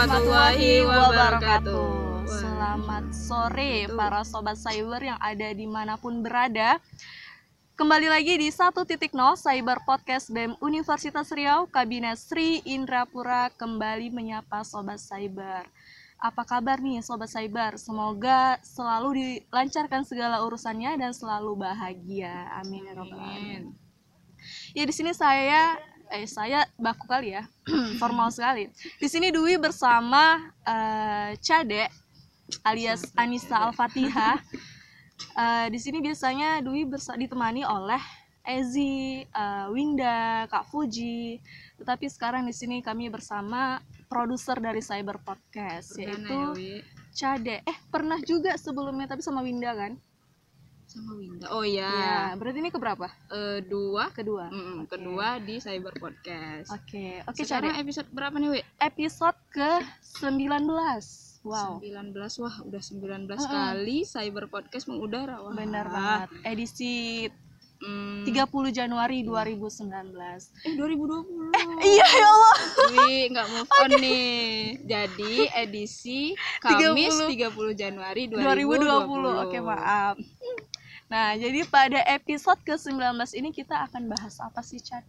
warahmatullahi wabarakatuh. Selamat sore para sobat cyber yang ada dimanapun berada. Kembali lagi di 1.0 Cyber Podcast BEM Universitas Riau, Kabinet Sri Indrapura kembali menyapa sobat cyber. Apa kabar nih sobat cyber? Semoga selalu dilancarkan segala urusannya dan selalu bahagia. Amin ya rabbal alamin. Ya di sini saya baku kali ya, formal sekali. Di sini Dwi bersama Cade alias Anissa Al-Fatihah. Di sini biasanya Dwi ditemani oleh Ezi, Winda, Kak Fuji. Tetapi sekarang di sini kami bersama produser dari Cyber Podcast, yaitu Cade. Pernah juga sebelumnya tapi sama Winda kan? Sama Winda. Oh ya. Ya, berarti ini keberapa? Kedua. Okay. Kedua di Cyber Podcast. Oke, Sekarang Cade. episode berapa nih, Wi? Episode ke-19. Wow. 19. Wah, udah 19 kali Cyber Podcast mengudara. Wah. Benar banget. Edisi 30 Januari 2019. 2020. Iya ya Allah. Wi, nggak move on nih. Jadi edisi Kamis 30 Januari 2020. Oke, maaf. Nah, jadi pada episode ke-19 ini kita akan bahas apa sih, Chat?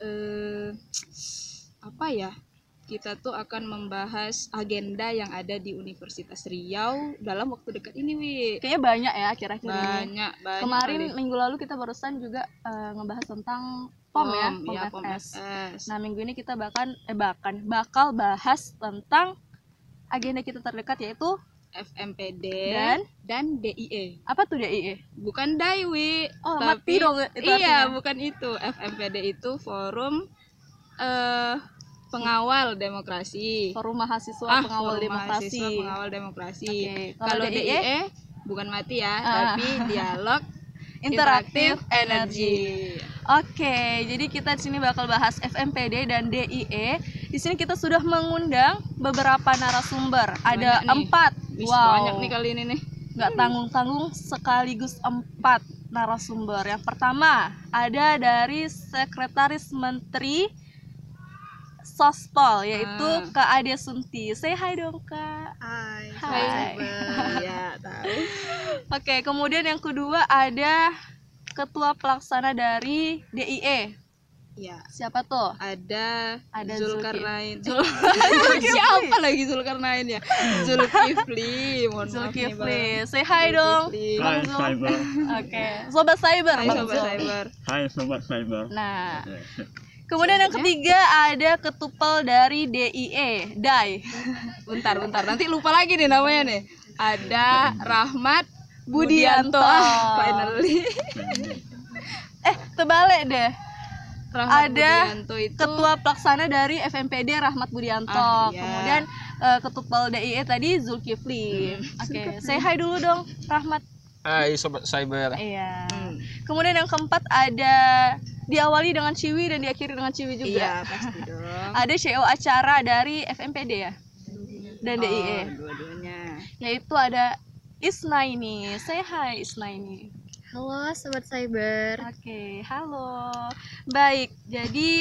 Apa ya? Kita tuh akan membahas agenda yang ada di Universitas Riau dalam waktu dekat ini, Wi. Kayaknya banyak ya akhir-akhir ini. Banyak. Kemarin kali. minggu lalu kita barusan juga ngebahas tentang POM ya, POM FS. Nah, minggu ini kita bakal bahas tentang agenda kita terdekat, yaitu FMPD dan DIE. Apa tuh DIE? Bukan DAI, Wi. Oh, mati dong itu iya, artinya. bukan itu. FMPD itu forum pengawal demokrasi. Forum mahasiswa pengawal forum demokrasi. Mahasiswa pengawal demokrasi. Okay. Kalau DIE bukan mati ya, tapi dialog interaktif energi. Oke, jadi kita di sini bakal bahas FMPD dan DIE. Di sini kita sudah mengundang beberapa narasumber. Ada 4. Wow. Banyak nih kali ini nih. Nggak tanggung-tanggung, sekaligus 4 narasumber. Yang pertama ada dari Sekretaris Menteri Sospol, yaitu Kak Ade Sunti. Say hi dong, Kak. Hai. Ya, tahu. Oke, kemudian yang kedua ada Ketua Pelaksana dari DIE. Ya. Siapa tuh? Ada Zulkarnain. Zulkifli. Siapa lagi Zulkarnain ya? Zulkifli. Mohon maaf nih, Bang. Say hi dong. Hai Cyber. Oke, Sobat Cyber. Hai Sobat Cyber. Hai Sobat Cyber. Nah, kemudian yang ketiga ada ketupel dari DIE, DAI. Bentar, nanti lupa lagi nih namanya nih. Ada Rahmat Budianto. Finally. Terbalik deh. Rahmat Ada Budianto itu Ketua Pelaksana dari FMPD Rahmat Budianto. Iya. Kemudian ketupel DIE tadi Zulkifli. Oke, say hi dulu dong Rahmat. Hai Sobat Cyber. Iya. Kemudian yang keempat ada diawali dengan Ciwi dan diakhiri dengan Ciwi juga. Iya, pasti dong. Ada CEO acara dari FMPD ya dan DIE. Dua-duanya. Yaitu ada Isnaini. Say hi Isnaini. Halo Sobat Cyber. Oke, halo. Baik, jadi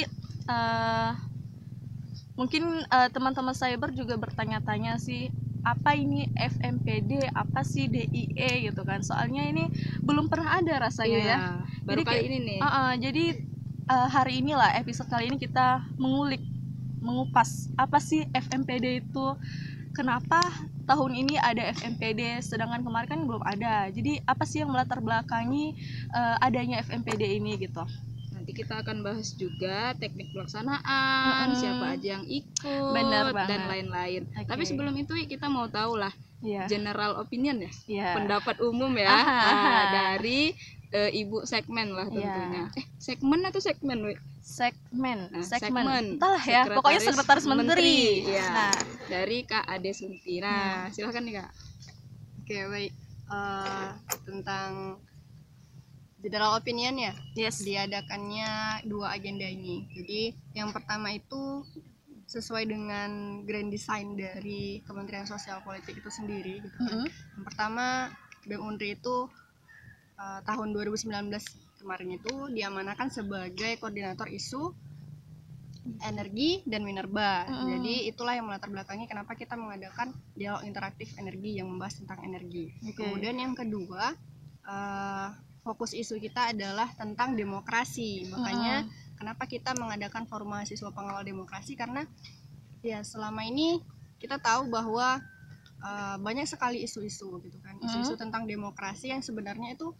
mungkin teman-teman cyber juga bertanya-tanya sih, apa ini FMPD, apa sih DIE gitu kan? Soalnya ini belum pernah ada rasanya ya. Baru Jadi kali ini nih. Jadi hari inilah episode kali ini kita mengupas apa sih FMPD itu, kenapa tahun ini ada FMPD sedangkan kemarin kan belum ada. Jadi apa sih yang melatar belakangi adanya FMPD ini gitu. Nanti kita akan bahas juga teknik pelaksanaan, siapa aja yang ikut, Bener banget. dan lain-lain. Oke. Tapi sebelum itu kita mau tahu lah general opinion ya, Iya. pendapat umum ya dari ibu segmen lah tentunya. Segmen atau segmen, Wi? Segmen. Entahlah ya, pokoknya Sekretaris Menteri. Ya. Nah, dari Kak Ade Sunti. Nah, silahkan nih Kak. Oke, baik. Tentang general opinion ya, yes. diadakannya 2 agenda ini. Jadi yang pertama itu sesuai dengan grand design dari Kementerian Sosial Politik itu sendiri gitu kan. Yang pertama, BEM Unri itu tahun 2019 kemarin itu diamanahkan sebagai koordinator isu energi dan minerba. Jadi itulah yang melatar belakangi kenapa kita mengadakan dialog interaktif energi yang membahas tentang energi. Kemudian yang kedua, fokus isu kita adalah tentang demokrasi. Makanya kenapa kita mengadakan forum mahasiswa pengawal demokrasi, karena ya selama ini kita tahu bahwa banyak sekali isu-isu gitu kan, isu-isu tentang demokrasi yang sebenarnya itu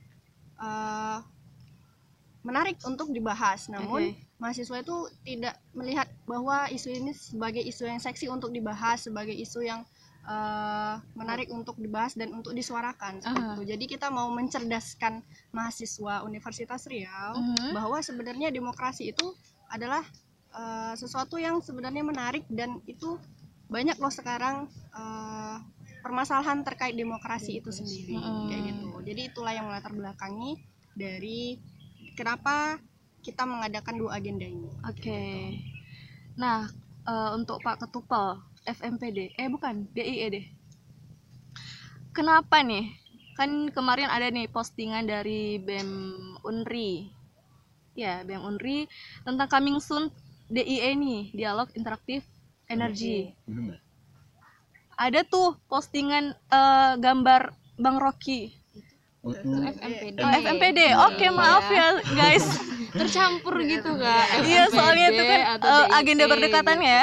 menarik untuk dibahas, namun mahasiswa itu tidak melihat bahwa isu ini sebagai isu yang seksi untuk dibahas, sebagai isu yang menarik untuk dibahas dan untuk disuarakan seperti itu. Jadi kita mau mencerdaskan mahasiswa Universitas Riau bahwa sebenarnya demokrasi itu adalah sesuatu yang sebenarnya menarik, dan itu banyak loh sekarang permasalahan terkait demokrasi itu sendiri kayak gitu. Jadi itulah yang melatar belakangi dari kenapa kita mengadakan 2 agenda ini. Nah, untuk Pak Ketupel FMPD, bukan DIE deh. Kenapa nih? Kan kemarin ada nih postingan dari BEM Unri. Ya, BEM Unri tentang coming soon DIE nih, dialog interaktif energi. Ada tuh postingan gambar Bang Rocky. FMPD. FMPD. Oke, maaf ya guys. Tercampur gitu Kak. Iya, soalnya itu kan agenda berdekatan ya.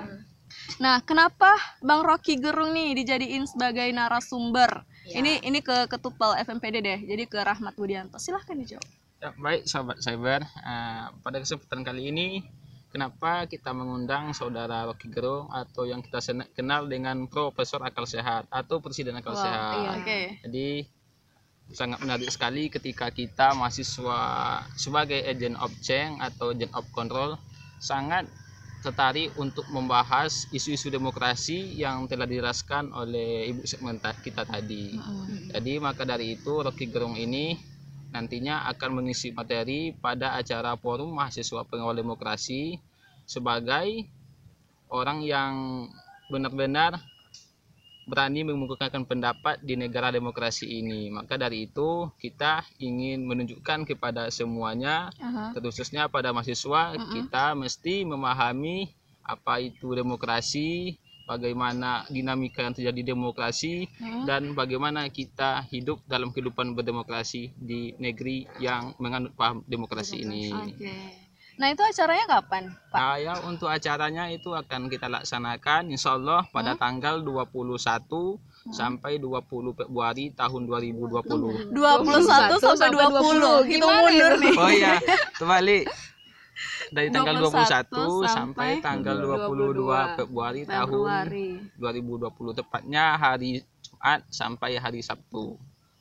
Nah, kenapa Bang Rocky Gerung nih dijadiin sebagai narasumber? Ini ke Ketupel FMPD deh. Jadi ke Rahmat Budianto. Silahkan dijawab. Ya, baik sahabat cyber, pada kesempatan kali ini kenapa kita mengundang saudara Rocky Gerung atau yang kita kenal dengan Profesor Akal Sehat atau Presiden Akal Sehat. Jadi sangat menarik sekali ketika kita mahasiswa sebagai agent of change atau agent of control sangat tertarik untuk membahas isu-isu demokrasi yang telah diraskan oleh ibu segmen kita tadi. Jadi maka dari itu Rocky Gerung ini nantinya akan mengisi materi pada acara forum mahasiswa pengawal demokrasi sebagai orang yang benar-benar berani mengemukakan pendapat di negara demokrasi ini. Maka dari itu kita ingin menunjukkan kepada semuanya, terkhususnya pada mahasiswa, kita mesti memahami apa itu demokrasi, bagaimana dinamika yang terjadi di demokrasi, dan bagaimana kita hidup dalam kehidupan berdemokrasi di negeri yang menganut paham demokrasi ini. Nah, itu acaranya kapan, Pak? Ya, untuk acaranya itu akan kita laksanakan insya Allah pada tanggal 21 sampai 20 Februari tahun 2020. 21 sampai 20. Kita mundur nih. Oh iya, terbalik. Dari tanggal 21 sampai tanggal 22 Februari tahun 2020, tepatnya hari Jumat sampai hari Sabtu.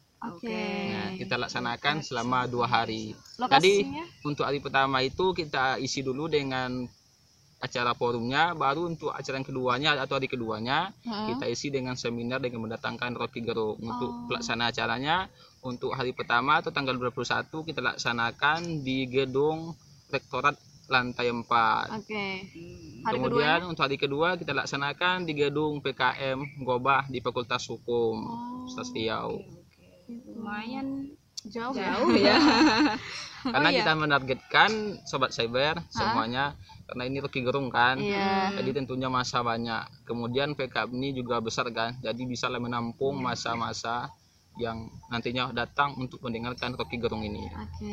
Nah, kita laksanakan selama 2 hari. Jadi untuk hari pertama itu kita isi dulu dengan acara forumnya, baru untuk acara yang keduanya atau hari keduanya kita isi dengan seminar dengan mendatangkan Rocky Gerung. Untuk pelaksanaan acaranya untuk hari pertama atau tanggal 21 kita laksanakan di gedung Rektorat lantai 4. Kemudian untuk hari kedua kita laksanakan di gedung PKM Gobah di Fakultas Hukum Universitas Riau. Lumayan jauh ya. Karena kita menargetkan sobat cyber semuanya, karena ini Rocky Gerung kan, jadi tentunya masa banyak. Kemudian PKM ini juga besar kan, jadi bisa menampung masa-masa yang nantinya datang untuk mendengarkan Rocky Gerung ini.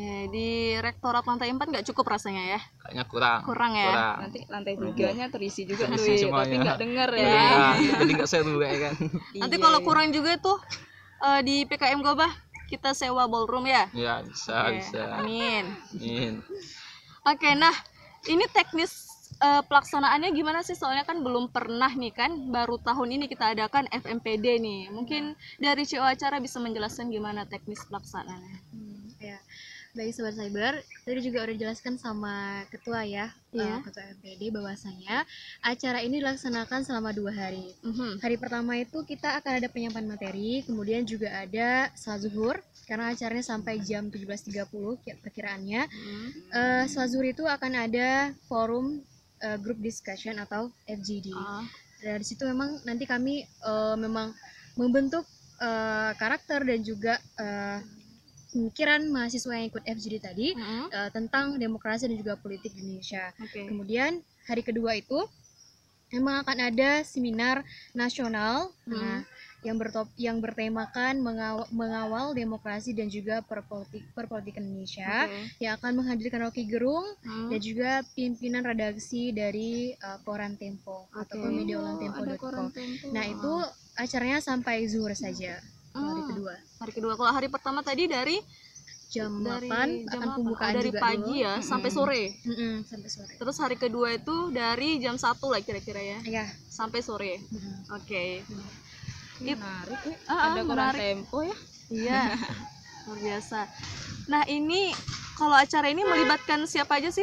Di Rektorat lantai 4 nggak cukup rasanya ya? Kayaknya kurang ya. Nanti lantai 3-nya terisi juga terisi tapi nggak denger ya. Jadi nggak seru ya kan. Nanti kalau kurang juga tuh di PKM Gobah kita sewa ballroom ya? Ya, bisa. Amin. Oke, nah ini teknis pelaksanaannya gimana sih? Soalnya kan belum pernah nih kan, baru tahun ini kita adakan FMPD nih. Mungkin dari CEO acara bisa menjelaskan gimana teknis pelaksanaannya. Baik Sobat Cyber, tadi juga udah dijelaskan sama ketua ya, ketua FMPD bahwasanya acara ini dilaksanakan selama 2 hari. Hari pertama itu kita akan ada penyampaian materi, kemudian juga ada salat zuhur, karena acaranya sampai jam 17.30 perkiraannya. Salat zuhur itu akan ada forum group discussion atau FGD. Dari situ memang nanti kami memang membentuk karakter dan juga pemikiran mahasiswa yang ikut FGD tadi tentang demokrasi dan juga politik di Indonesia. Kemudian hari kedua itu memang akan ada seminar nasional yang bertemakan mengawal demokrasi dan juga perpolitikan Indonesia, yang akan menghadirkan Rocky Gerung dan juga pimpinan redaksi dari koran Tempo ataupun media online tempo.com. Nah, itu acaranya sampai zuhur saja hari kedua. Hari kedua. Kalau hari pertama tadi dari jam 8 akan pembukaan dari juga pagi dulu. ya sampai sore. Sampai sore. Terus hari kedua itu dari jam 1 lah kira-kira ya. Iya. Sampai sore. Oke. Menarik nih. Ada koran Tempo ya. Iya. Luar biasa. Nah, ini kalau acara ini melibatkan siapa aja sih?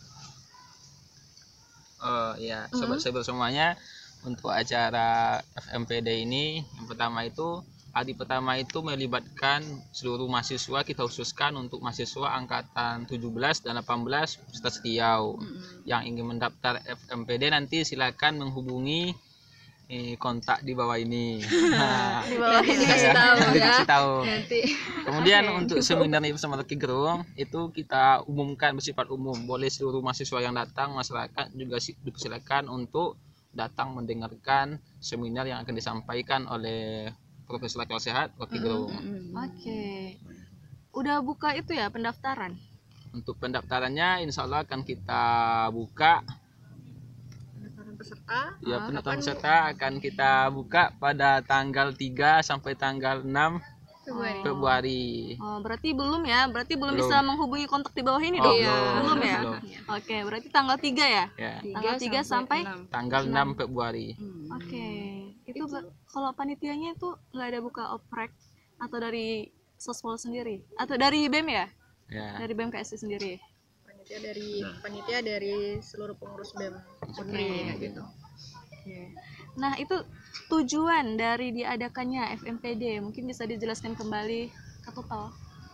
Ya, sobat cyber semuanya, untuk acara FMPD ini yang pertama itu hari pertama itu melibatkan seluruh mahasiswa. Kita khususkan untuk mahasiswa angkatan 17 dan 18 Universitas Riau yang ingin mendaftar FMPD, nanti silakan menghubungi kontak di bawah ini. Di bawah ini kasih tahu ya. Dikasih tahu. Nanti. Kemudian untuk seminar bersama Rocky Gerung itu kita umumkan bersifat umum. Boleh seluruh mahasiswa yang datang, masyarakat juga dipersilakan untuk datang mendengarkan seminar yang akan disampaikan oleh Profesor Akal Sehat Rocky Gerung. Oke. Udah buka itu ya pendaftaran? Untuk pendaftarannya insya Allah akan kita buka. Peserta Ya, pendaftaran peserta akan kita buka pada tanggal 3 sampai tanggal 6 Februari. Oh, berarti belum ya? Berarti belum Belum. bisa menghubungi kontak di bawah ini dong? Belum ya? Belum. Oke, berarti tanggal 3 ya? Ya, Tanggal 3 sampai 6. tanggal 6 Februari. Oke. Itu kalau panitianya itu nggak ada buka oprek atau dari Sospol sendiri? Atau dari BEM ya? Ya. Dari BEM KSI sendiri? panitia dari seluruh pengurus BEM Unri gitu. Nah, itu tujuan dari diadakannya FMPD, mungkin bisa dijelaskan kembali Kak Total.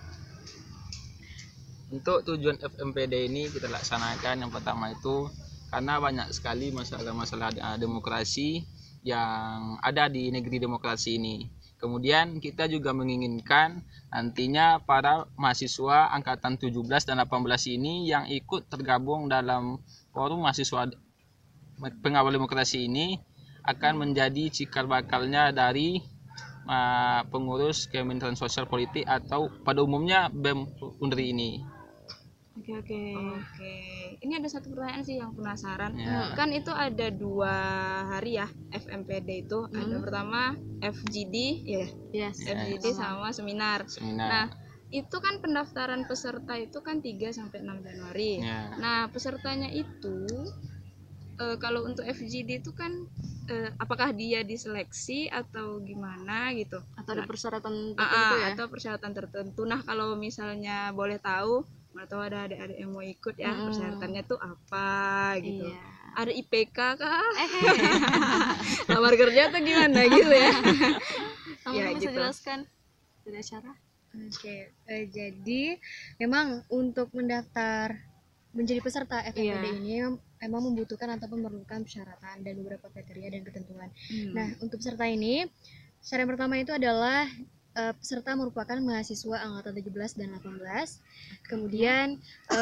Untuk tujuan FMPD ini kita laksanakan yang pertama itu karena banyak sekali masalah-masalah demokrasi yang ada di negeri demokrasi ini. Kemudian kita juga menginginkan nantinya para mahasiswa angkatan 17 dan 18 ini yang ikut tergabung dalam forum mahasiswa pengawal demokrasi ini akan menjadi cikal bakalnya dari pengurus Kementerian Sosial Politik atau pada umumnya BEM Unri ini. Oke. Ini ada satu pertanyaan sih yang penasaran. Ya. Kan itu ada 2 hari ya FMPD itu. Ada pertama FGD ya. Yes. FGD sama seminar. Seminar. Nah, itu kan pendaftaran peserta itu kan 3 sampai 6 Januari. Ya. Nah, pesertanya itu kalau untuk FGD itu kan apakah dia diseleksi atau gimana gitu? Atau ada persyaratan tertentu ya? Atau persyaratan tertentu. Nah, kalau misalnya boleh tahu, atau ada adik-adik yang mau ikut ya, persyaratannya tuh apa gitu. Iya. Ada IPK kah? Lamar kerja atau gimana gitu ya? Kamu Ya, bisa gitu. jelaskan dari acara? Oke, jadi memang untuk mendaftar menjadi peserta FMPD ini memang membutuhkan atau memerlukan persyaratan dan beberapa kriteria dan ketentuan. Nah, untuk peserta ini, syarat yang pertama itu adalah peserta merupakan mahasiswa angkatan 17 dan 18. Kemudian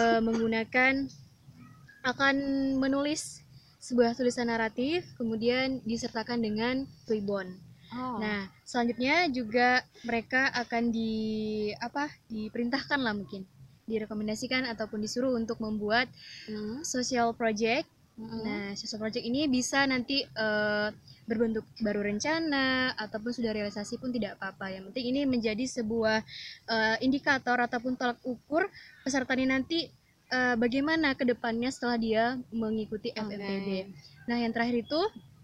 akan menulis sebuah tulisan naratif, kemudian disertakan dengan plibon. Nah, selanjutnya juga mereka akan diperintahkan lah mungkin, direkomendasikan ataupun disuruh untuk membuat social project. Nah, social project ini bisa nanti berbentuk baru rencana ataupun sudah realisasi pun tidak apa-apa. Yang penting ini menjadi sebuah indikator ataupun tolak ukur peserta ini nanti bagaimana ke depannya setelah dia mengikuti FMPD. Nah, yang terakhir itu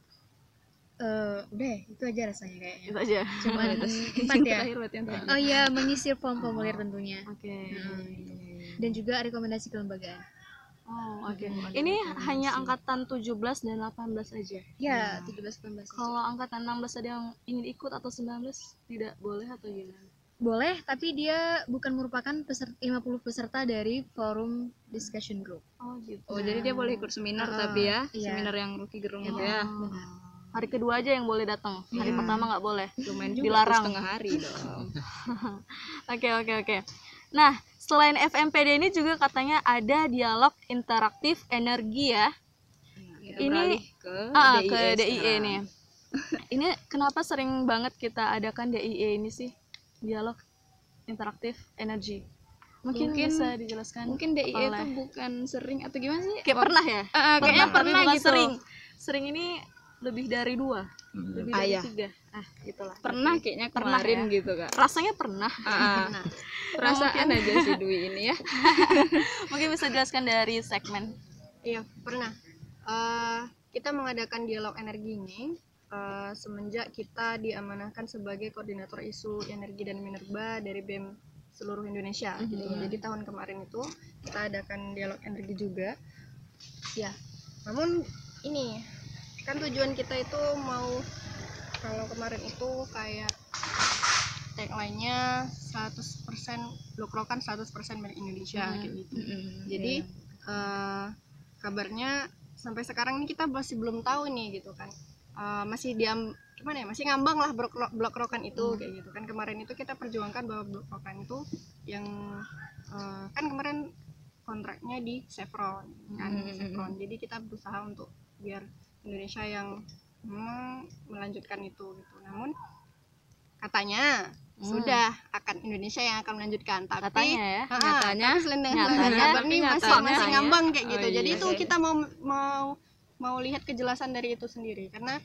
udah itu aja rasanya kayaknya. Itu aja. Cuma 4 ya. Oh iya, mengisi formulir tentunya. Dan juga rekomendasi kelembagaan. Ini hanya angkatan 17 dan 18 aja. Ya, 17-18. Kalau angkatan 16 ada yang ingin ikut atau 19 tidak boleh atau gimana? Boleh, tapi dia bukan merupakan 50 peserta dari forum discussion group. Oh gitu. Oh, jadi dia boleh ikut seminar tapi ya, iya. seminar yang Rocky Gerung itu ya. Hari kedua aja yang boleh datang. Hari pertama nggak boleh. Lumayan juga Dilarang. setengah hari dong. Oke. Nah, selain FMPD ini juga katanya ada dialog interaktif energi ya. Kita Ini beralih ke ke DIE sekarang. nih. Ini kenapa sering banget kita adakan DIE ini sih? Dialog interaktif energi. Mungkin bisa dijelaskan. Mungkin DIE itu oleh- bukan sering atau gimana sih? kayak pernah ya? Kayaknya Tapi pernah bukan gitu. Sering ini lebih dari 2, lebih dari Iya. 3. Itulah. Pernah kayaknya Pernah kemarin ya? gitu Kak. Rasanya pernah. Perasaan aja si Dwi ini ya. Mungkin bisa jelaskan dari segmen. Iya, pernah. Kita mengadakan dialog energi ini semenjak kita diamanahkan sebagai koordinator isu energi dan minerba dari BEM seluruh Indonesia. Gitu. Jadi tahun kemarin itu kita adakan dialog energi juga. Ya, namun ini kan tujuan kita itu mau, kalau kemarin itu kayak tagline-nya 100% Blok Rokan 100% milik Indonesia kayak gitu. Jadi kabarnya sampai sekarang ini kita masih belum tahu nih gitu kan. Masih masih ngambang lah Blok Rokan itu kayak gitu kan. Kemarin itu kita perjuangkan bahwa Blok Rokan itu yang kan kemarin kontraknya di Chevron kan, Chevron. Jadi kita berusaha untuk biar Indonesia yang melanjutkan itu gitu. Namun katanya sudah akan Indonesia yang akan melanjutkan, tapi Katanya ya. Nyatanya kabar ini masih nyatanya. ngambang kayak gitu. Oh, iya. Jadi itu kita mau lihat kejelasan dari itu sendiri, karena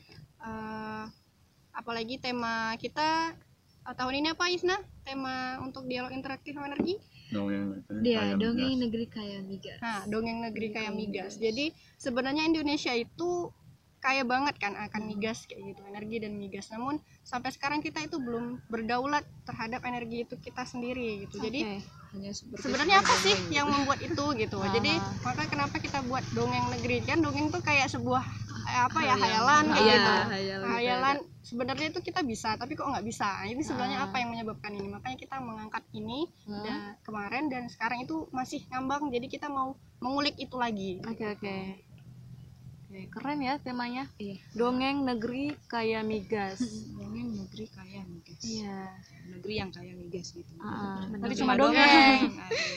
apalagi tema kita tahun ini apa, Isna? Tema untuk dialog interaktif energi? Dia dongeng negeri kaya migas. Nah, dongeng negeri kaya migas. Jadi sebenarnya Indonesia itu kaya banget kan akan migas kayak gitu, energi dan migas. Namun sampai sekarang kita itu belum berdaulat terhadap energi itu kita sendiri gitu. Jadi Hanya seperti sebenarnya apa sih yang membuat itu gitu. Jadi maka kenapa kita buat dongeng negeri, kan dongeng tuh kayak sebuah hayalan kayak Iya, gitu. hayalan. Hayalan sebenarnya itu kita bisa, tapi kok nggak bisa. Ini sebenarnya apa yang menyebabkan ini? Makanya kita mengangkat ini kemarin dan sekarang itu masih ngambang. Jadi kita mau mengulik itu lagi. Oke. Keren ya temanya. Iya. Dongeng negeri kaya migas. Dongeng negeri kaya migas. Iya. Negeri yang kaya migas gitu. Tapi cuma dongeng.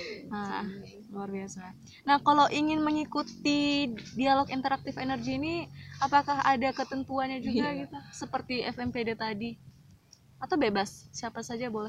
Luar biasa. Nah, kalau ingin mengikuti dialog interaktif energi ini, apakah ada ketentuannya juga gitu? Seperti FMPD tadi? Atau bebas? Siapa saja boleh?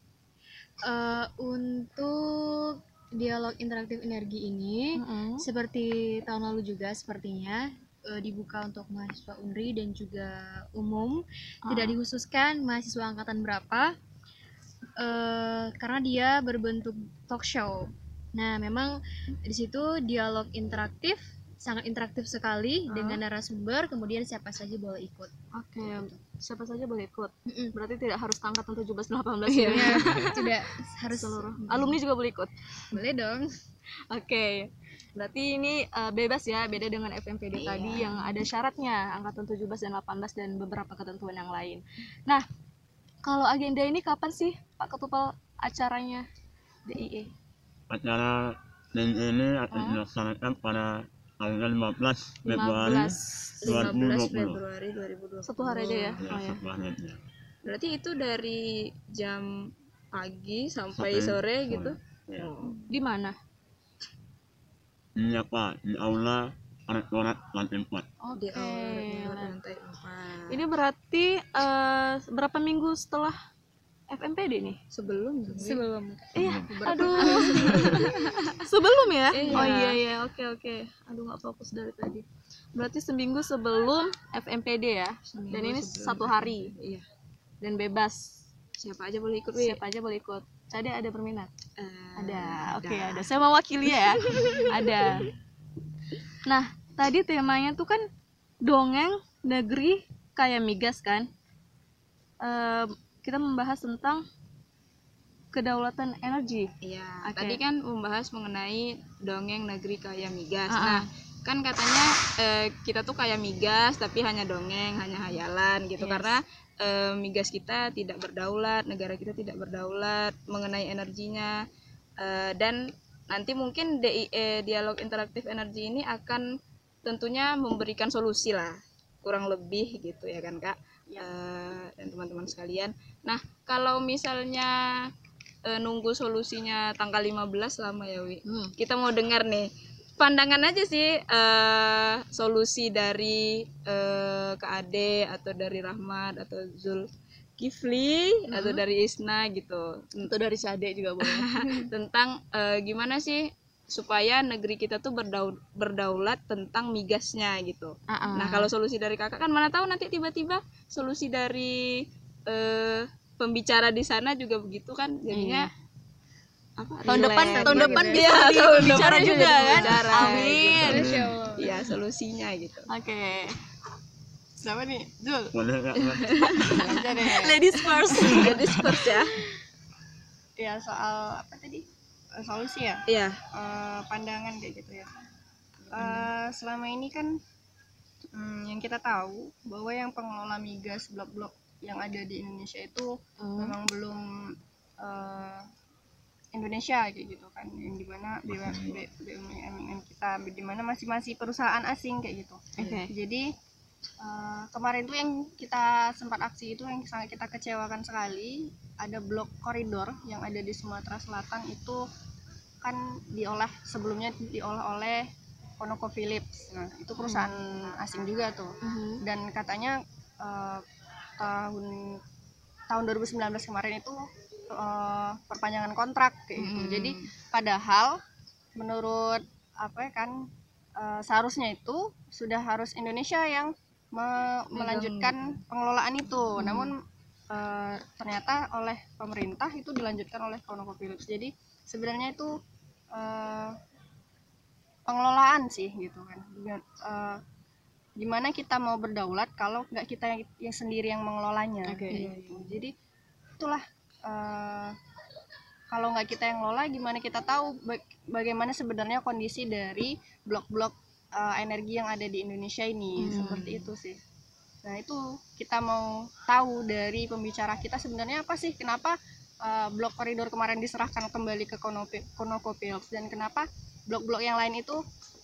Untuk dialog interaktif energi ini seperti tahun lalu juga sepertinya dibuka untuk mahasiswa UNRI dan juga umum, tidak dikhususkan mahasiswa angkatan berapa, karena dia berbentuk talk show. Nah, memang di situ dialog interaktif, sangat interaktif sekali dengan narasumber, kemudian siapa saja boleh ikut. Oke. Siapa saja boleh ikut. Berarti tidak harus angkatan 17-18 Iya, ya. tidak harus Seluruh alumni juga boleh ikut. boleh dong. Oke. Berarti ini bebas ya, beda dengan FMPD tadi yang ada syaratnya angkatan 17 dan 18 dan beberapa ketentuan yang lain. Nah, kalau agenda ini kapan sih Pak Ketupel acaranya DIE? Acara ini akan dilaksanakan pada tanggal 15 Februari 15 2020. Februari 2020. Satu hari aja ya? Ya, Oh ya. setelahnya ya. Berarti itu dari jam pagi sampai sore gitu. Ya. Di mana? Ini apa? Di aula Rektorat lantai 4. Di Oke. aula lantai 4. Ini berarti berapa minggu setelah FMPD nih? Sebelum. Iya, aduh. Sebelum ya? Iya. Oh iya, oke. Aduh, nggak fokus dari tadi. Berarti seminggu sebelum FMPD ya? Dan ini satu hari Iya. dan bebas. Siapa aja boleh ikut, Wi. Siapa aja boleh ikut. Tadi ada berminat? Ada. Oke, ada. ada. Saya mewakili ya. Ada. Nah, tadi temanya tuh kan dongeng negeri kaya migas kan? Kita membahas tentang kedaulatan energi. Iya. Oke. Tadi kan membahas mengenai dongeng negeri kaya migas. Nah, kan katanya kita tuh kaya migas tapi hanya dongeng, hanya hayalan gitu. Yes. Karena migas kita tidak berdaulat, negara kita tidak berdaulat mengenai energinya. Dan nanti mungkin DIE dialog interaktif energi ini akan tentunya memberikan solusi lah kurang lebih gitu ya kan Kak. Dan teman-teman sekalian. Nah, kalau misalnya nunggu solusinya tanggal 15 lama ya Wi. Kita mau dengar nih pandangan aja sih solusi dari Kak Ade atau dari Rahmat atau Zulkifli atau dari Isna gitu. Atau dari Sade juga boleh. Tentang gimana sih supaya negeri kita tuh berdaulat tentang migasnya gitu. Nah, kalau solusi dari Kakak kan mana tahu nanti tiba-tiba solusi dari pembicara di sana juga begitu kan jadinya tahun depan ya, tahun bicara juga kan. Amin. Ya, solusinya gitu. Oke. Siapa nih? Zul. Boleh nggak? Aja deh. Ladies first. Ladies first ya. Ya, soal apa tadi? Solusi ya? Iya. Pandangan kayak gitu ya. Selama ini kan yang kita tahu bahwa yang pengelola migas blok-blok yang ada di Indonesia itu memang belum Indonesia kayak gitu kan, yang dimana BUMN kita dimana masih perusahaan asing kayak gitu. Jadi kemarin tuh yang kita sempat aksi itu yang sangat kita kecewakan sekali, ada blok koridor yang ada di Sumatera Selatan itu kan sebelumnya diolah oleh ConocoPhillips. Nah, itu perusahaan asing juga tuh. Dan katanya tahun 2019 kemarin itu perpanjangan kontrak kayak gitu. Jadi padahal menurut seharusnya itu sudah harus Indonesia yang melanjutkan pengelolaan itu. Namun ternyata oleh pemerintah itu dilanjutkan oleh ConocoPhillips. Jadi sebenarnya itu pengelolaan sih gitu kan. Gimana kita mau berdaulat kalau nggak kita yang sendiri yang mengelolanya. Gitu. Jadi itulah kalau nggak kita yang ngelola, gimana kita tahu bagaimana sebenarnya kondisi dari blok-blok energi yang ada di Indonesia ini. Seperti itu sih. Nah, itu kita mau tahu dari pembicara kita sebenarnya apa sih, kenapa blok koridor kemarin diserahkan kembali ke ConocoPhillips dan kenapa blok-blok yang lain itu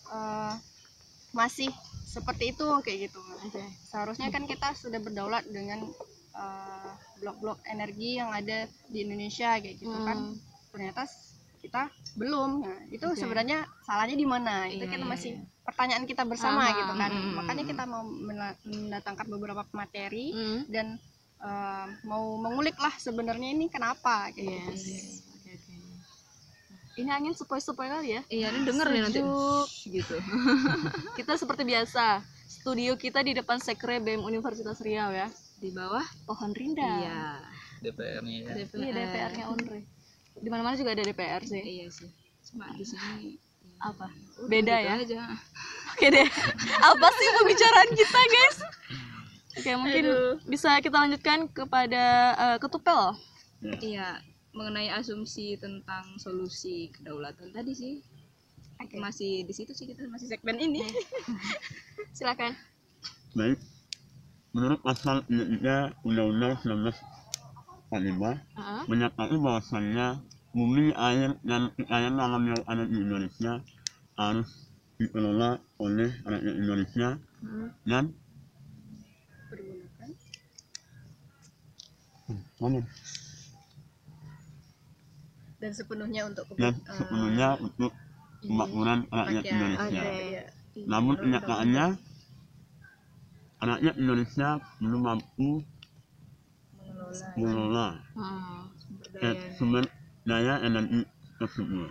masih seperti itu kayak gitu. Seharusnya kan kita sudah berdaulat dengan blok-blok energi yang ada di Indonesia kayak gitu kan. Ternyata kita belum. Nah, itu sebenarnya salahnya di mana? Itu kan masih pertanyaan kita bersama gitu kan. Makanya kita mau mendatangkan beberapa materi dan mau mengulik lah sebenarnya ini kenapa kayak gitu. Ini angin sepoi-sepoi kali ya. Iya, ini denger nih nanti gitu. Kita seperti biasa, studio kita di depan Sekre BEM Universitas Riau ya. Di bawah pohon rindang. Iya. DPR-nya ya. Iya, DPR-nya Unri. Di mana-mana juga ada DPR sih. Iya sih. Cuma di sini apa? Beda gitu ya. Aja. Oke deh. Apa sih pembicaraan kita, guys? Oke, mungkin bisa kita lanjutkan kepada Ketupel. Iya, mengenai asumsi tentang solusi kedaulatan tadi sih. Masih di situ sih, kita masih segmen ini. Silakan. Baik. Menurut pasal 3 Undang-Undang 1945 menyatakan bahwasannya bumi, air, dan kekayaan alam yang ada di Indonesia harus dikelola oleh rakyat Indonesia dan sepenuhnya untuk kemakmuran rakyat Indonesia. Namun kenyataannya rakyat Indonesia belum mampu mengelola sumber daya energi tersebut.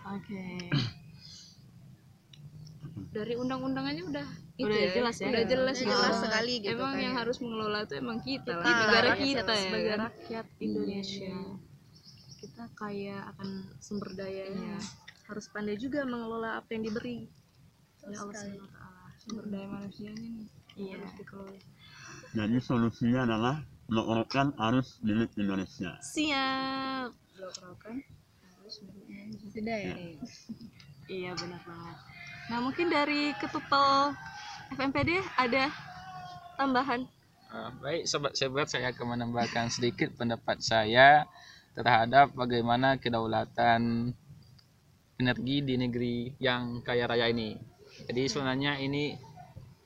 Dari undang-undang aja udah jelas ya. Udah jelas sekali gitu. Emang kan yang harus mengelola itu emang kita lah, Kita, negara rakyat, kita ya. sebagai Kan? rakyat Indonesia. Kita kaya akan sumber dayanya. Harus pandai juga mengelola apa yang diberi oleh Allah Subhanahu wa taala. Sumber daya manusianya nih. Harus dikelola. Jadi solusinya adalah blok rokan harus milik Indonesia. Siap. Blok rokan harus milik Indonesia. Sudah ya. Iya, benar banget. Nah, mungkin dari Ketupel FMPD ada tambahan. Baik sobat-sobat, saya akan menambahkan sedikit pendapat saya terhadap bagaimana kedaulatan energi di negeri yang kaya raya ini. Jadi sebenarnya ini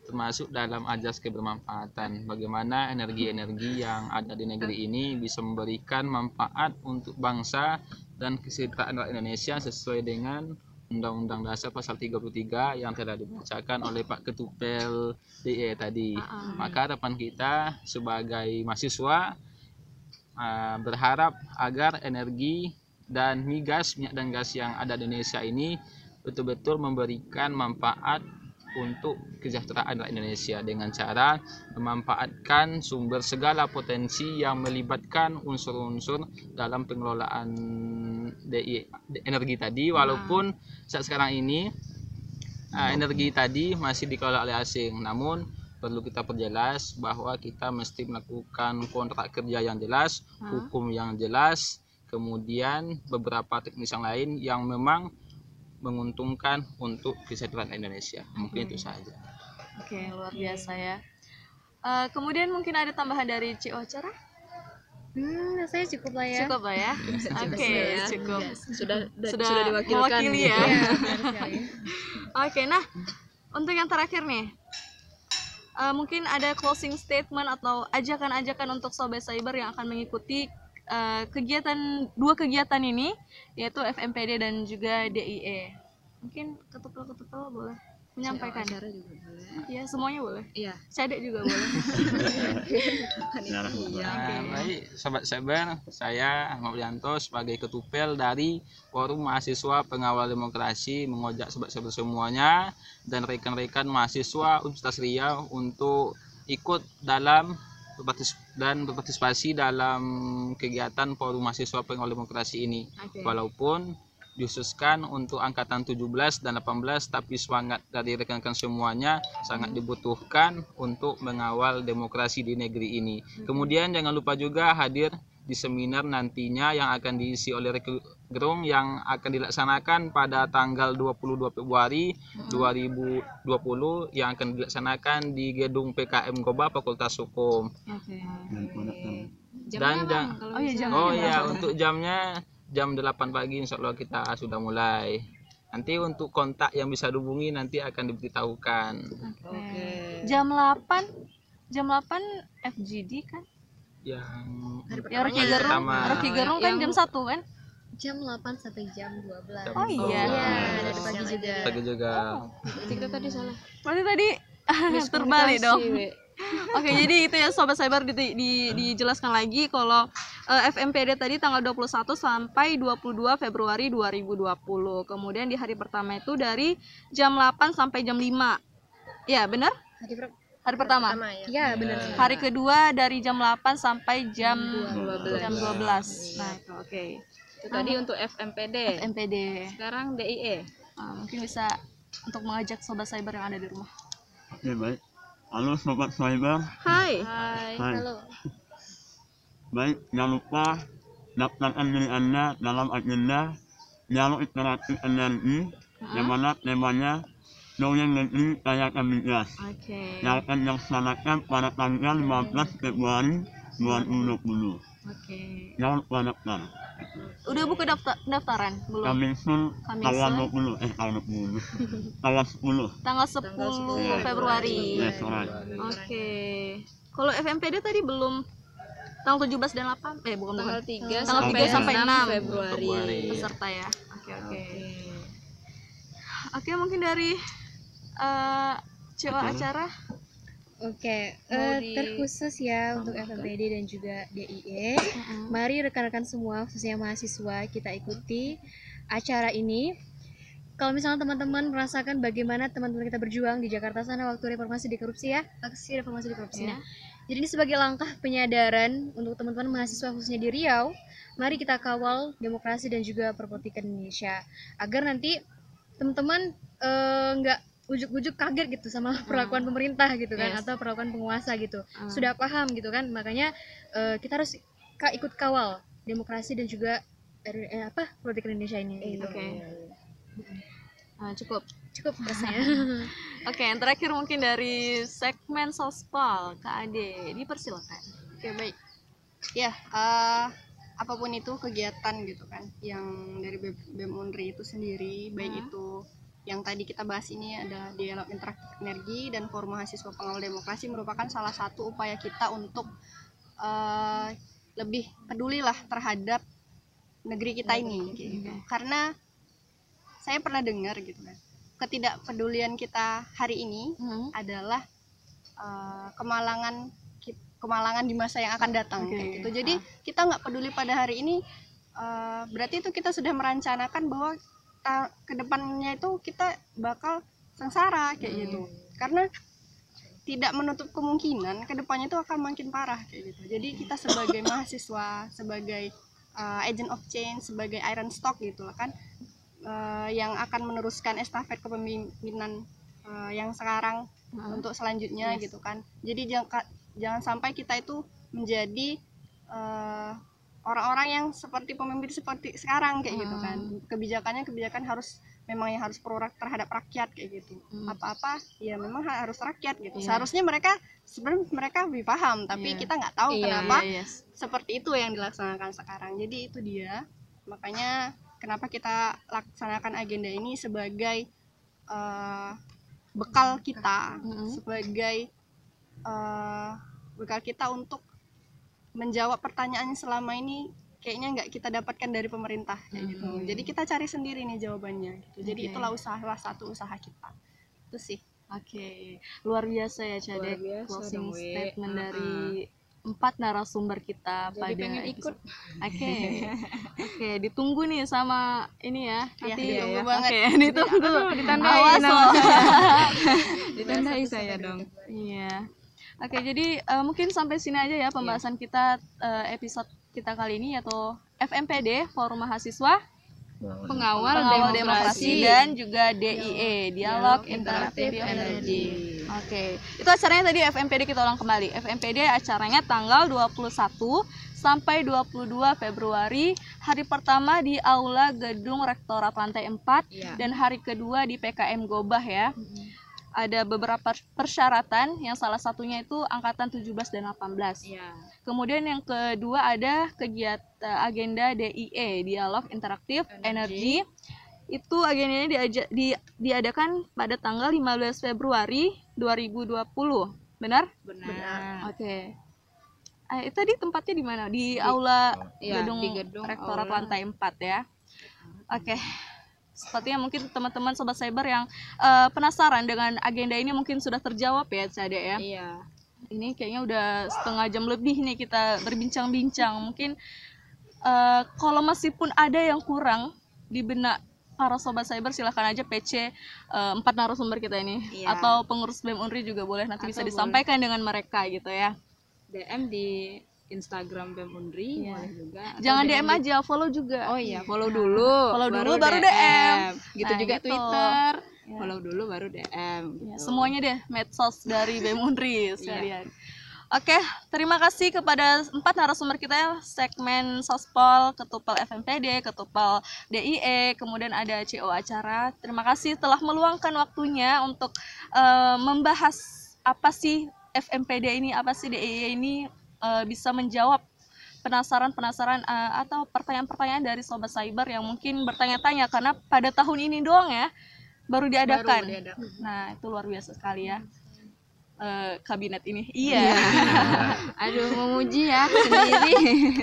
termasuk dalam ajas kebermanfaatan. Bagaimana energi-energi yang ada di negeri ini bisa memberikan manfaat untuk bangsa dan kesejahteraan rakyat Indonesia sesuai dengan Undang-Undang Dasar Pasal 33 yang telah dibacakan oleh Pak Ketupel DIE tadi. Maka harapan kita sebagai mahasiswa berharap agar energi dan minyak dan gas yang ada di Indonesia ini betul-betul memberikan manfaat untuk kesejahteraan rakyat Indonesia dengan cara memanfaatkan sumber segala potensi yang melibatkan unsur-unsur dalam pengelolaan energi tadi, walaupun saat sekarang ini energi tadi masih dikelola oleh asing, namun perlu kita perjelas bahwa kita mesti melakukan kontrak kerja yang jelas, hukum yang jelas, kemudian beberapa teknis yang lain yang memang menguntungkan untuk kesejahteraan Indonesia. Mungkin itu saja. Oke, luar biasa ya. Kemudian mungkin ada tambahan dari CO Acara? Saya cukup lah ya. Cukup lah ya. Oke, cukup. Sudah diwakilkan mewakili ya. Iya, benar sekali. Oke, nah untuk yang terakhir nih, mungkin ada closing statement atau ajakan-ajakan untuk Sobat Cyber yang akan mengikuti dua kegiatan ini, yaitu FMPD dan juga DIE. Mungkin ketupel boleh menyampaikan. Acara juga boleh. Ya, semuanya boleh. Iya. Cadek juga boleh. Baik, Sobat Cyber, saya Ahmad Wianto sebagai Ketupel dari Forum Mahasiswa Pengawal Demokrasi mengajak Sobat Cyber semuanya dan rekan-rekan mahasiswa Universitas Riau untuk ikut dalam berpartisipasi dalam kegiatan Forum Mahasiswa Pengawal Demokrasi ini. Walaupun dikhususkan untuk angkatan 17 dan 18, tapi semangat dari rekan-rekan semuanya sangat dibutuhkan untuk mengawal demokrasi di negeri ini. Kemudian jangan lupa juga hadir di seminar nantinya yang akan diisi oleh Rocky Gerung yang akan dilaksanakan pada tanggal 22 Februari 2020 yang akan dilaksanakan di gedung PKM Goba Fakultas Hukum. Dan untuk jamnya jam 8 pagi insya Allah kita sudah mulai. Nanti untuk kontak yang bisa dihubungi nanti akan diberitahukan. Jam 8 FGD kan? Yang Rocky Gerung kan jam 1 kan? Jam 8 sampai jam 12. Oh iya. Ada pagi juga. Kita tadi salah. Berarti tadi terbalik dong. Oke, jadi itu ya Sobat Cyber dijelaskan lagi kalau FMPD tadi tanggal 21 sampai 22 Februari 2020. Kemudian di hari pertama itu dari jam 8 sampai jam 5. Ya, benar? Hari pertama. Ya, benar. Hari kedua dari jam 8 sampai jam 12. Nah, oke. Itu tadi untuk FMPD. Sekarang DIE. Mungkin bisa untuk mengajak Sobat Cyber yang ada di rumah. Oke, baik. Halo Sobat Cyber. Hai. Halo. Baik, jangan lupa daftarkan diri Anda dalam agenda dialog interaktif energi yang mana temanya Dongeng Negeri Kaya Migas yang akan dilaksanakan pada tanggal 15 Februari 2020. Jangan lupa daftar. Udah buka daftaran belum? Tanggal 20 tanggal 10. Tanggal 10 Februari. Oke. Kalau FMPD tadi belum tanggal 17 dan 8 bukan tanggal 3 sampai 6 Februari peserta ya. Oke, mungkin dari CO Acara. Oke, terkhusus ya untuk FMPD dan juga DIE. Mari rekan-rekan semua, khususnya mahasiswa, kita ikuti acara ini. Kalau misalnya teman-teman merasakan bagaimana teman-teman kita berjuang di Jakarta sana waktu reformasi di korupsi ya, aksi reformasi di korupsinya. Jadi ini sebagai langkah penyadaran untuk teman-teman mahasiswa khususnya di Riau, mari kita kawal demokrasi dan juga perpolitikan Indonesia agar nanti teman-teman nggak ujuk-ujuk kaget gitu sama perlakuan pemerintah gitu kan, atau perlakuan penguasa gitu. Sudah paham gitu kan, makanya kita harus ikut kawal demokrasi dan juga politik Indonesia ini gitu. Cukup rasanya. Oke, yang terakhir mungkin dari segmen Sospal Kak Ade, dipersilakan. Oke, baik. Ya, apapun itu kegiatan gitu kan yang dari BEM Unri itu sendiri, baik itu yang tadi kita bahas ini adalah dialog interaktif energi dan forum mahasiswa pengawal demokrasi merupakan salah satu upaya kita untuk lebih pedulilah terhadap negeri kita ini gitu. Karena saya pernah dengar gitu kan, ketidakpedulian kita hari ini adalah kemalangan di masa yang akan datang kayak gitu. Jadi kita nggak peduli pada hari ini, berarti itu kita sudah merencanakan bahwa kedepannya itu kita bakal sengsara kayak gitu. Karena tidak menutup kemungkinan kedepannya itu akan makin parah kayak gitu. Jadi kita sebagai mahasiswa, sebagai agent of change, sebagai iron stock gitu kan, yang akan meneruskan estafet kepemimpinan yang sekarang untuk selanjutnya gitu kan. Jadi jangan sampai kita itu menjadi orang-orang yang seperti pemimpin seperti sekarang kayak gitu kan. Kebijakan harus memang yang harus pro terhadap rakyat kayak gitu. Apa-apa ya memang harus rakyat gitu. Seharusnya sebenarnya mereka lebih paham, tapi kita nggak tahu kenapa seperti itu yang dilaksanakan sekarang. Jadi itu dia, makanya kenapa kita laksanakan agenda ini sebagai bekal kita, sebagai bekal kita untuk menjawab pertanyaan yang selama ini kayaknya nggak kita dapatkan dari pemerintah kayak gitu. Jadi kita cari sendiri nih jawabannya gitu. Jadi itulah salah satu usaha kita. Itu sih. Oke. Luar biasa ya Cade, closing statement dari 4 narasumber kita. Jadi pada ikut. Oke, ditunggu nih sama ini ya. Nanti ditunggu banget. Oke, ditunggu. Ditandai ditandai saya dong. Iya. Oke, jadi mungkin sampai sini aja ya pembahasan kita episode kita kali ini, yaitu FMPD, Forum Mahasiswa Pengawal Demokrasi, dan juga DIE, Dialog Interaktif Energi. Oke, itu acaranya tadi FMPD, kita ulang kembali. FMPD acaranya tanggal 21 sampai 22 Februari. Hari pertama di Aula Gedung Rektorat lantai 4 dan hari kedua di PKM Gobah ya. Ada beberapa persyaratan, yang salah satunya itu angkatan 17 dan 18. Kemudian yang kedua ada kegiatan agenda DIE, Dialog Interaktif Energi. Itu agendanya diadakan pada tanggal 15 Februari 2020. Benar? Benar. Oke. Itu tadi tempatnya di mana? Di Aula Gedung Rektorat lantai 4 ya. Oke. Sepertinya mungkin teman-teman Sobat Cyber yang penasaran dengan agenda ini mungkin sudah terjawab ya Cade ya. Iya. Ini kayaknya udah setengah jam lebih nih kita berbincang-bincang. Mungkin kalau masih pun ada yang kurang di benak para Sobat Cyber, silahkan aja PC 4 narasumber kita ini. Atau pengurus BEM Unri juga boleh, nanti bisa disampaikan dengan mereka gitu ya. DM di Instagram BEM Unri boleh juga. Jangan DM aja, follow juga. Oh iya, follow dulu. Follow dulu baru DM. Gitu juga gitu. Twitter. Follow dulu baru DM. Gitu. Semuanya deh medsos dari BEM Unri sekalian. Oke, terima kasih kepada 4 narasumber kita, segmen Sospol, Ketupel FMPD, Ketupel DIE, kemudian ada CO acara. Terima kasih telah meluangkan waktunya untuk membahas apa sih FMPD ini, apa sih DIE ini, bisa menjawab penasaran-penasaran atau pertanyaan-pertanyaan dari Sobat Cyber yang mungkin bertanya-tanya, karena pada tahun ini doang ya baru diadakan. Nah, itu luar biasa sekali ya kabinet ini. Iya. Aduh, memuji ya sendiri.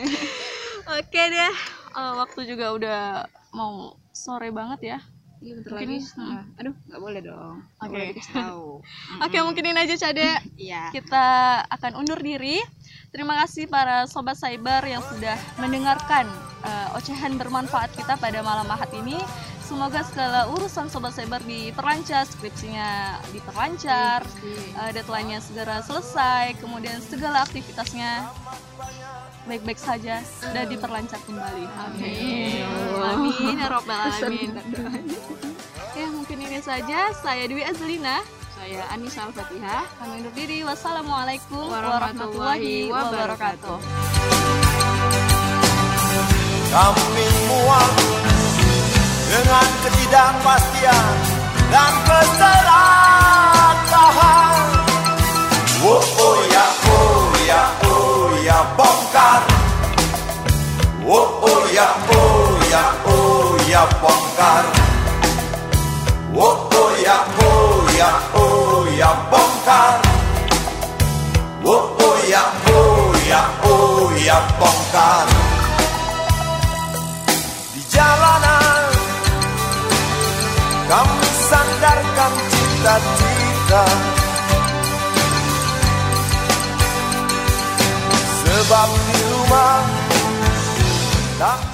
Oke deh, waktu juga udah mau sore banget ya. Iya, bentar lagi. Aduh, nggak boleh dong. Oke. Tahu. Oke, mungkin ini aja Cade. Iya. Kita akan undur diri. Terima kasih para Sobat Cyber yang sudah mendengarkan ocehan bermanfaat kita pada malam Ahad ini. Semoga segala urusan Sobat Cyber diperlancar, skripsinya diperlancar, deadline-nya segera selesai, kemudian segala aktivitasnya baik-baik saja dan diperlancar kembali. Amin. Amin ya Rabbal Alamin. Ya, mungkin ini saja. Saya Dwi Azlina. Saya Anissa Al-Fatihah. Kami undur diri. Wassalamualaikum warahmatullahi wabarakatuh. Kami muak dengan ketidakpastian dan keserakahan. Oh ya, oh ya, oh ya, bongkar. Oh ya, oh ya, oh ya, bongkar. Oh ya, oh ya, oh ya, bongkar. Oh ya, oh ya, oh ya, bongkar. Di jalanan kami sandarkan cita-cita, sebab di rumah tak